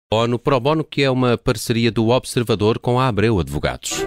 ONU Pro Bono, que é uma parceria do Observador com a Abreu Advogados.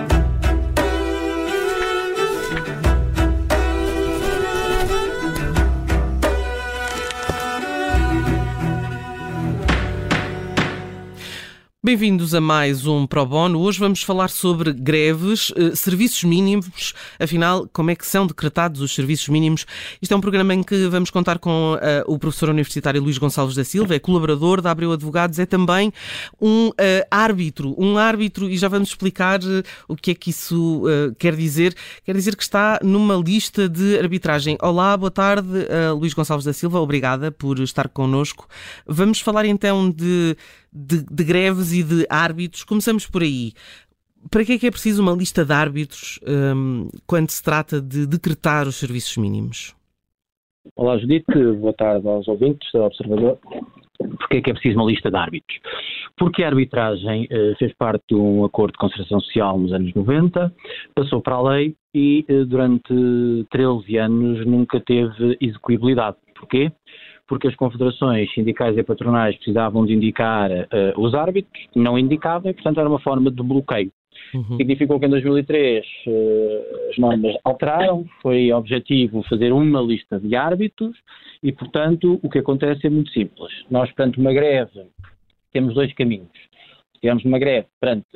Bem-vindos a mais um Pro Bono. Hoje vamos falar sobre greves, serviços mínimos. Afinal, como é que são decretados os serviços mínimos? Isto é um programa em que vamos contar com o professor universitário Luís Gonçalves da Silva, é colaborador da Abreu Advogados, é também um árbitro, e já vamos explicar o que é que isso quer dizer. Quer dizer que está numa lista de arbitragem. Olá, boa tarde, Luís Gonçalves da Silva, obrigada por estar connosco. Vamos falar então de greves e de árbitros. Começamos por aí. Para que é preciso uma lista de árbitros quando se trata de decretar os serviços mínimos? Olá, Judite. Boa tarde aos ouvintes do Observador. Porquê é que é preciso uma lista de árbitros? Porque a arbitragem fez parte de um acordo de concertação social nos anos 90, passou para a lei e durante 13 anos nunca teve execuibilidade. Porquê? Porque as confederações sindicais e patronais precisavam de indicar os árbitros, não indicavam, e portanto era uma forma de bloqueio. Significou que em 2003 as normas alteraram, foi objetivo fazer uma lista de árbitros e, portanto, o que acontece é muito simples. Nós, perante uma greve, temos dois caminhos. Se tivermos uma greve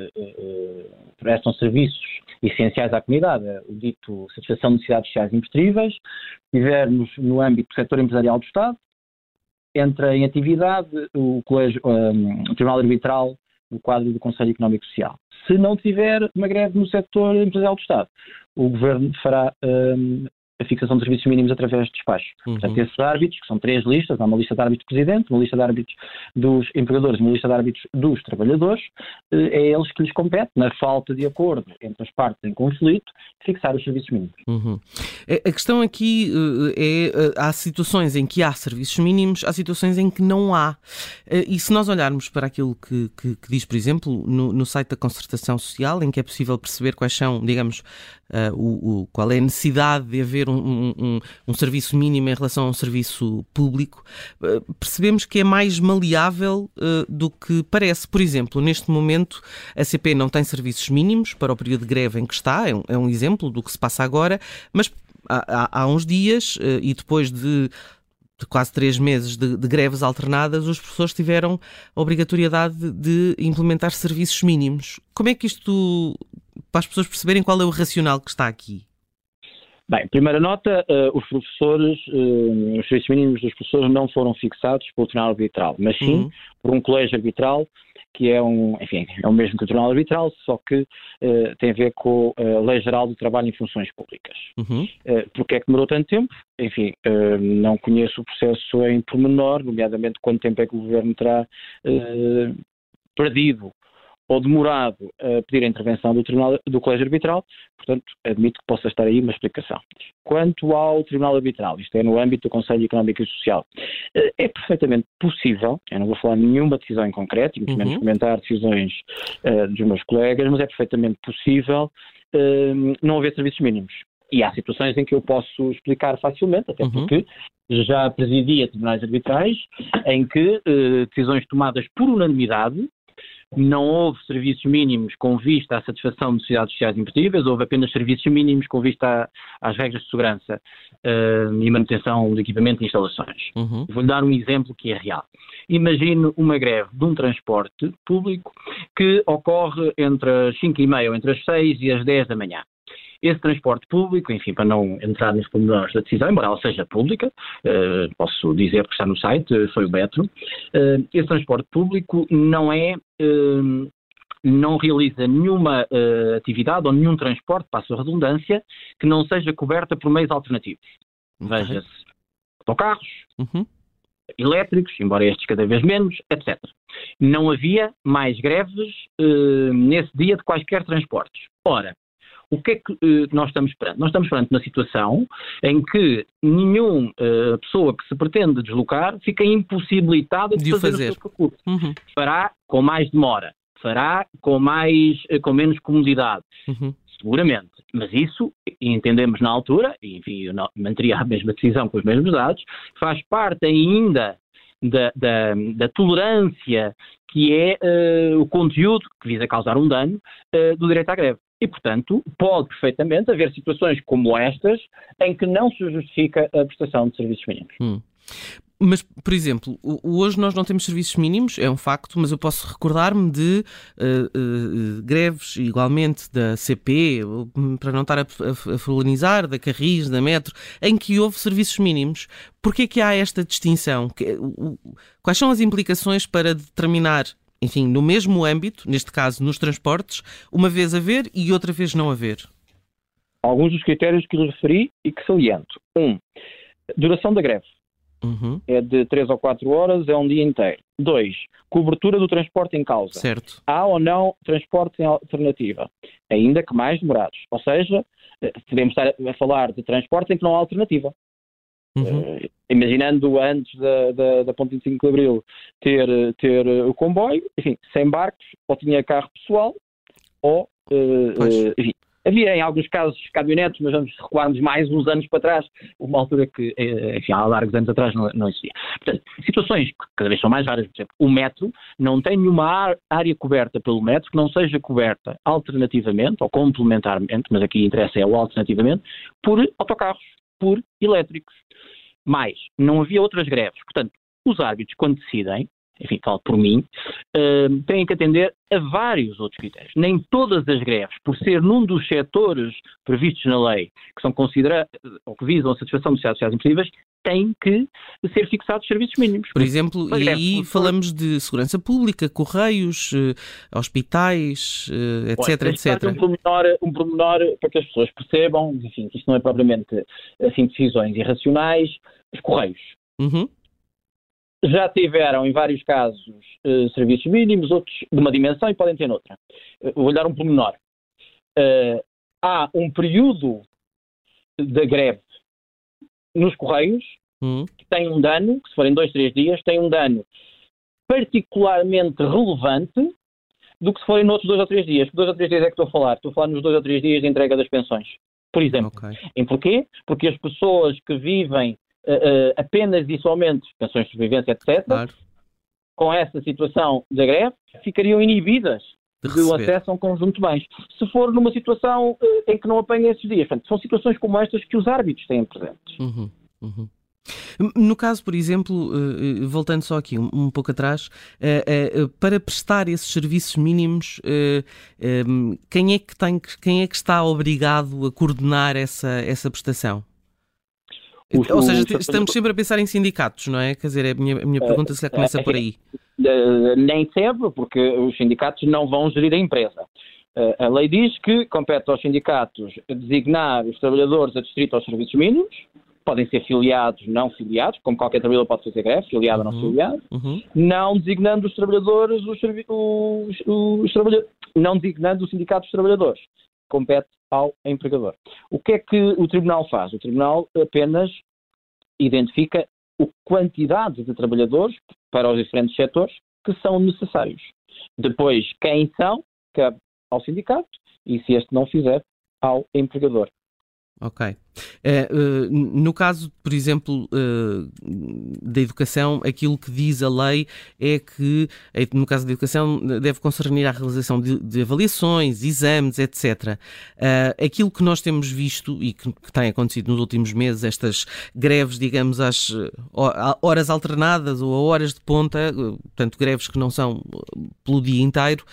prestam serviços essenciais à comunidade, o dito satisfação de necessidades sociais imprescindíveis. Se estivermos no âmbito do setor empresarial do Estado, entra em atividade o Tribunal Arbitral no quadro do Conselho Económico e Social. Se não tiver uma greve no setor empresarial do Estado, o Governo fará a fixação de serviços mínimos através de despacho. Portanto, esses árbitros, que são 3 listas, há uma lista de árbitros do Presidente, uma lista de árbitros dos empregadores e uma lista de árbitros dos trabalhadores, é eles que lhes compete, na falta de acordo entre as partes em conflito, fixar os serviços mínimos. A questão aqui há situações em que há serviços mínimos, há situações em que não há. E se nós olharmos para aquilo que diz, por exemplo, no site da Concertação Social, em que é possível perceber quais são, digamos, qual é a necessidade de haver um serviço mínimo em relação a um serviço público, percebemos que é mais maleável do que parece. Por exemplo, neste momento a CP não tem serviços mínimos para o período de greve em que está, é um exemplo do que se passa agora, mas há uns dias e depois de quase 3 meses de greves alternadas, os professores tiveram a obrigatoriedade de implementar serviços mínimos. Como é que isto, para as pessoas perceberem qual é o racional que está aqui? Bem, primeira nota, os serviços mínimos dos professores não foram fixados pelo Tribunal Arbitral, mas sim por um colégio arbitral, que é o mesmo que o Tribunal Arbitral, só que tem a ver com a Lei Geral do Trabalho em Funções Públicas. Porque é que demorou tanto tempo? Enfim, não conheço o processo em pormenor, nomeadamente quanto tempo é que o Governo terá perdido ou demorado a pedir a intervenção do Colégio Arbitral, portanto, admito que possa estar aí uma explicação. Quanto ao Tribunal Arbitral, isto é no âmbito do Conselho Económico e Social, é perfeitamente possível, eu não vou falar de nenhuma decisão em concreto, muito menos comentar decisões dos meus colegas, mas é perfeitamente possível não haver serviços mínimos. E há situações em que eu posso explicar facilmente, até porque já presidia tribunais arbitrais em que decisões tomadas por unanimidade, não houve serviços mínimos com vista à satisfação de necessidades sociais imprescindíveis, houve apenas serviços mínimos com vista às regras de segurança e manutenção de equipamento e instalações. Vou-lhe dar um exemplo que é real. Imagino uma greve de um transporte público que ocorre entre as 5h30 ou entre as 6 e as 10 da manhã. Esse transporte público, enfim, para não entrar nos pormenores da decisão, embora ela seja pública, posso dizer que está no site, foi o metro, esse transporte público não realiza nenhuma atividade ou nenhum transporte, passo a redundância, que não seja coberta por meios alternativos. Veja-se autocarros, elétricos, embora estes cada vez menos, etc. Não havia mais greves nesse dia de quaisquer transportes. Ora, o que é que nós estamos perante? Nós estamos perante uma situação em que nenhuma pessoa que se pretende deslocar fica impossibilitada de fazer o seu percurso. Fará com mais demora, fará com menos comodidade, seguramente. Mas isso, entendemos na altura, e enfim, eu manteria a mesma decisão com os mesmos dados, faz parte ainda da tolerância que é o conteúdo que visa causar um dano do direito à greve. E, portanto, pode perfeitamente haver situações como estas em que não se justifica a prestação de serviços mínimos. Mas, por exemplo, hoje nós não temos serviços mínimos, é um facto, mas eu posso recordar-me de greves, igualmente, da CP, para não estar a fulanizar, da Carris, da Metro, em que houve serviços mínimos. Porquê que há esta distinção? Quais são as implicações para determinar, enfim, no mesmo âmbito, neste caso nos transportes, uma vez haver e outra vez não haver? Alguns dos critérios que lhe referi e que saliento. 1. Duração da greve. É de 3 ou 4 horas, é um dia inteiro. 2. Cobertura do transporte em causa. Certo. Há ou não transporte em alternativa, ainda que mais demorados. Ou seja, podemos estar a falar de transporte em que não há alternativa. Imaginando antes da Ponte 25 de Abril ter o comboio, enfim, sem barcos, ou tinha carro pessoal, ou, enfim, havia em alguns casos caminhonetes, mas vamos recuarmos mais uns anos para trás, uma altura que, enfim, há largos anos atrás não existia. Portanto, situações que cada vez são mais raras, por exemplo, o metro, não tem nenhuma área coberta pelo metro que não seja coberta alternativamente, ou complementarmente, mas aqui interessa é o alternativamente, por autocarros, por elétricos. Mas não havia outras greves. Portanto, os árbitros, quando decidem, enfim, falo por mim, têm que atender a vários outros critérios. Nem todas as greves, por ser num dos setores previstos na lei, que são considerados, ou que visam a satisfação dos necessidades sociais imprescindíveis, têm que ser fixados serviços mínimos. Por exemplo, e aí falamos de segurança pública, correios, hospitais, etc, etc. Um pormenor para que as pessoas percebam, enfim, que isto não é propriamente assim decisões irracionais, os correios. Já tiveram, em vários casos, serviços mínimos, outros de uma dimensão e podem ter noutra. Vou dar um pormenor. Há um período da greve nos Correios que tem um dano, que se forem 2, 3 dias, tem um dano particularmente relevante do que se forem noutros 2 ou 3 dias. Que 2 ou 3 dias é que estou a falar? Estou a falar nos 2 ou 3 dias de entrega das pensões, por exemplo. E porquê? Porque as pessoas que vivem apenas e somente pensões de sobrevivência, etc., com essa situação da greve, ficariam inibidas do acesso a um conjunto de bens. Se for numa situação em que não apanham esses dias. Portanto, são situações como estas que os árbitros têm presentes. No caso, por exemplo, voltando só aqui um pouco atrás, para prestar esses serviços mínimos, quem é que está obrigado a coordenar essa prestação? Ou seja, estamos sempre a pensar em sindicatos, não é? Quer dizer, a minha pergunta se começa por aí. Nem sempre, porque os sindicatos não vão gerir a empresa. A lei diz que compete aos sindicatos designar os trabalhadores adscritos aos serviços mínimos, podem ser filiados, não filiados, como qualquer trabalhador pode fazer greve, filiado ou não filiado, não designando os trabalhadores, não designando o sindicato dos trabalhadores. Compete ao empregador. O que é que o Tribunal faz? O Tribunal apenas identifica a quantidade de trabalhadores para os diferentes setores que são necessários. Depois, quem são, cabe ao sindicato e, se este não fizer, ao empregador. Ok. No caso, por exemplo, da educação, aquilo que diz a lei é que, no caso da educação, deve concernir a realização de avaliações, exames, etc. Aquilo que nós temos visto e que tem acontecido nos últimos meses, estas greves, digamos, às horas alternadas ou a horas de ponta, portanto, greves que não são pelo dia inteiro,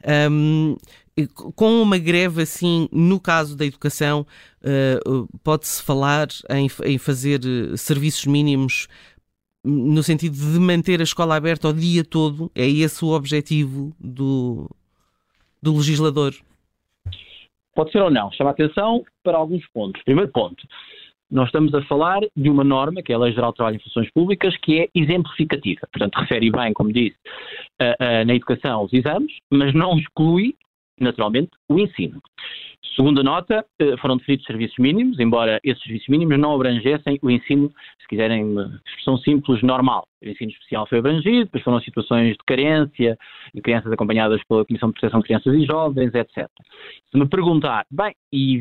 com uma greve assim, no caso da educação, pode-se falar em fazer serviços mínimos no sentido de manter a escola aberta o dia todo? É esse o objetivo do legislador? Pode ser ou não. Chama a atenção para alguns pontos. Primeiro ponto. Nós estamos a falar de uma norma, que é a Lei Geral de Trabalho e Funções Públicas, que é exemplificativa. Portanto, refere bem, como disse, na educação os exames, mas não exclui naturalmente, o ensino. Segunda nota, foram definidos serviços mínimos, embora esses serviços mínimos não abrangessem o ensino, se quiserem uma expressão simples, normal. O ensino especial foi abrangido, depois foram situações de carência, de crianças acompanhadas pela Comissão de Proteção de Crianças e Jovens, etc. Se me perguntar, bem,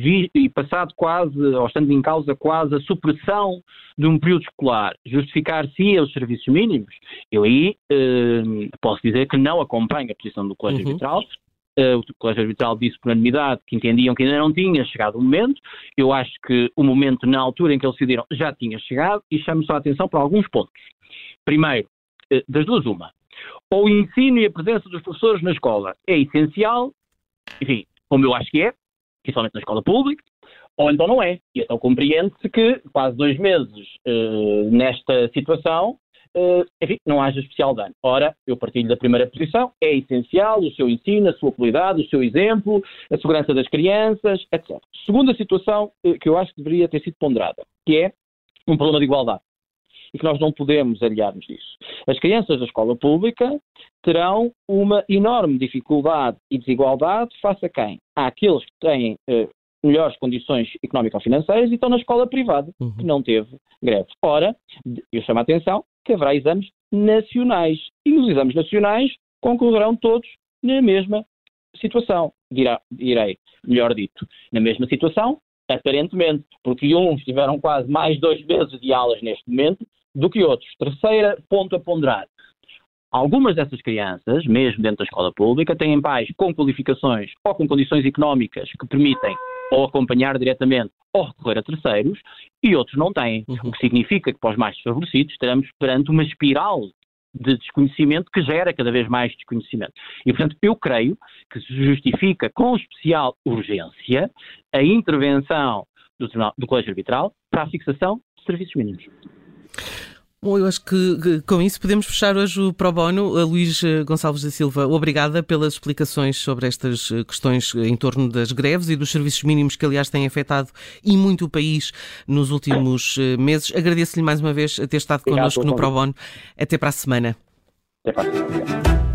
e passado quase, ou estando em causa quase a supressão de um período escolar, justificar-se os serviços mínimos, eu aí posso dizer que não acompanho a posição do Colégio Arbitral. O Colégio Arbitral disse por unanimidade que entendiam que ainda não tinha chegado o momento. Eu acho que o momento, na altura em que eles decidiram, já tinha chegado, e chamo só a atenção para alguns pontos. Primeiro, das duas uma. Ou o ensino e a presença dos professores na escola é essencial, enfim, como eu acho que é, principalmente na escola pública, ou então não é. E então compreende-se que quase 2 meses nesta situação, enfim, não haja especial dano. Ora, eu partilho da primeira posição, é essencial o seu ensino, a sua qualidade, o seu exemplo, a segurança das crianças, etc. Segunda situação que eu acho que deveria ter sido ponderada, que é um problema de igualdade. E que nós não podemos aliar-nos disso. As crianças da escola pública terão uma enorme dificuldade e desigualdade face a quem? Há aqueles que têm melhores condições económico-financeiras e estão na escola privada, que não teve greve. Ora, eu chamo a atenção que haverá exames nacionais. E os exames nacionais concorrerão todos na mesma situação. Direi, melhor dito, na mesma situação, aparentemente, porque uns tiveram quase mais 2 meses de aulas neste momento do que outros. Terceira ponto a ponderar. Algumas dessas crianças, mesmo dentro da escola pública, têm pais com qualificações ou com condições económicas que permitem ou acompanhar diretamente ou recorrer a terceiros, e outros não têm. O que significa que para os mais desfavorecidos estaremos perante uma espiral de desconhecimento que gera cada vez mais desconhecimento. E, portanto, eu creio que se justifica com especial urgência a intervenção do Colégio Arbitral para a fixação de serviços mínimos. Bom, eu acho que com isso podemos fechar hoje o Pro Bono. Luís Gonçalves da Silva, obrigada pelas explicações sobre estas questões em torno das greves e dos serviços mínimos que, aliás, têm afetado e muito o país nos últimos meses. Agradeço-lhe mais uma vez ter estado connosco no Pro Bono. Até para a semana. Até para a semana.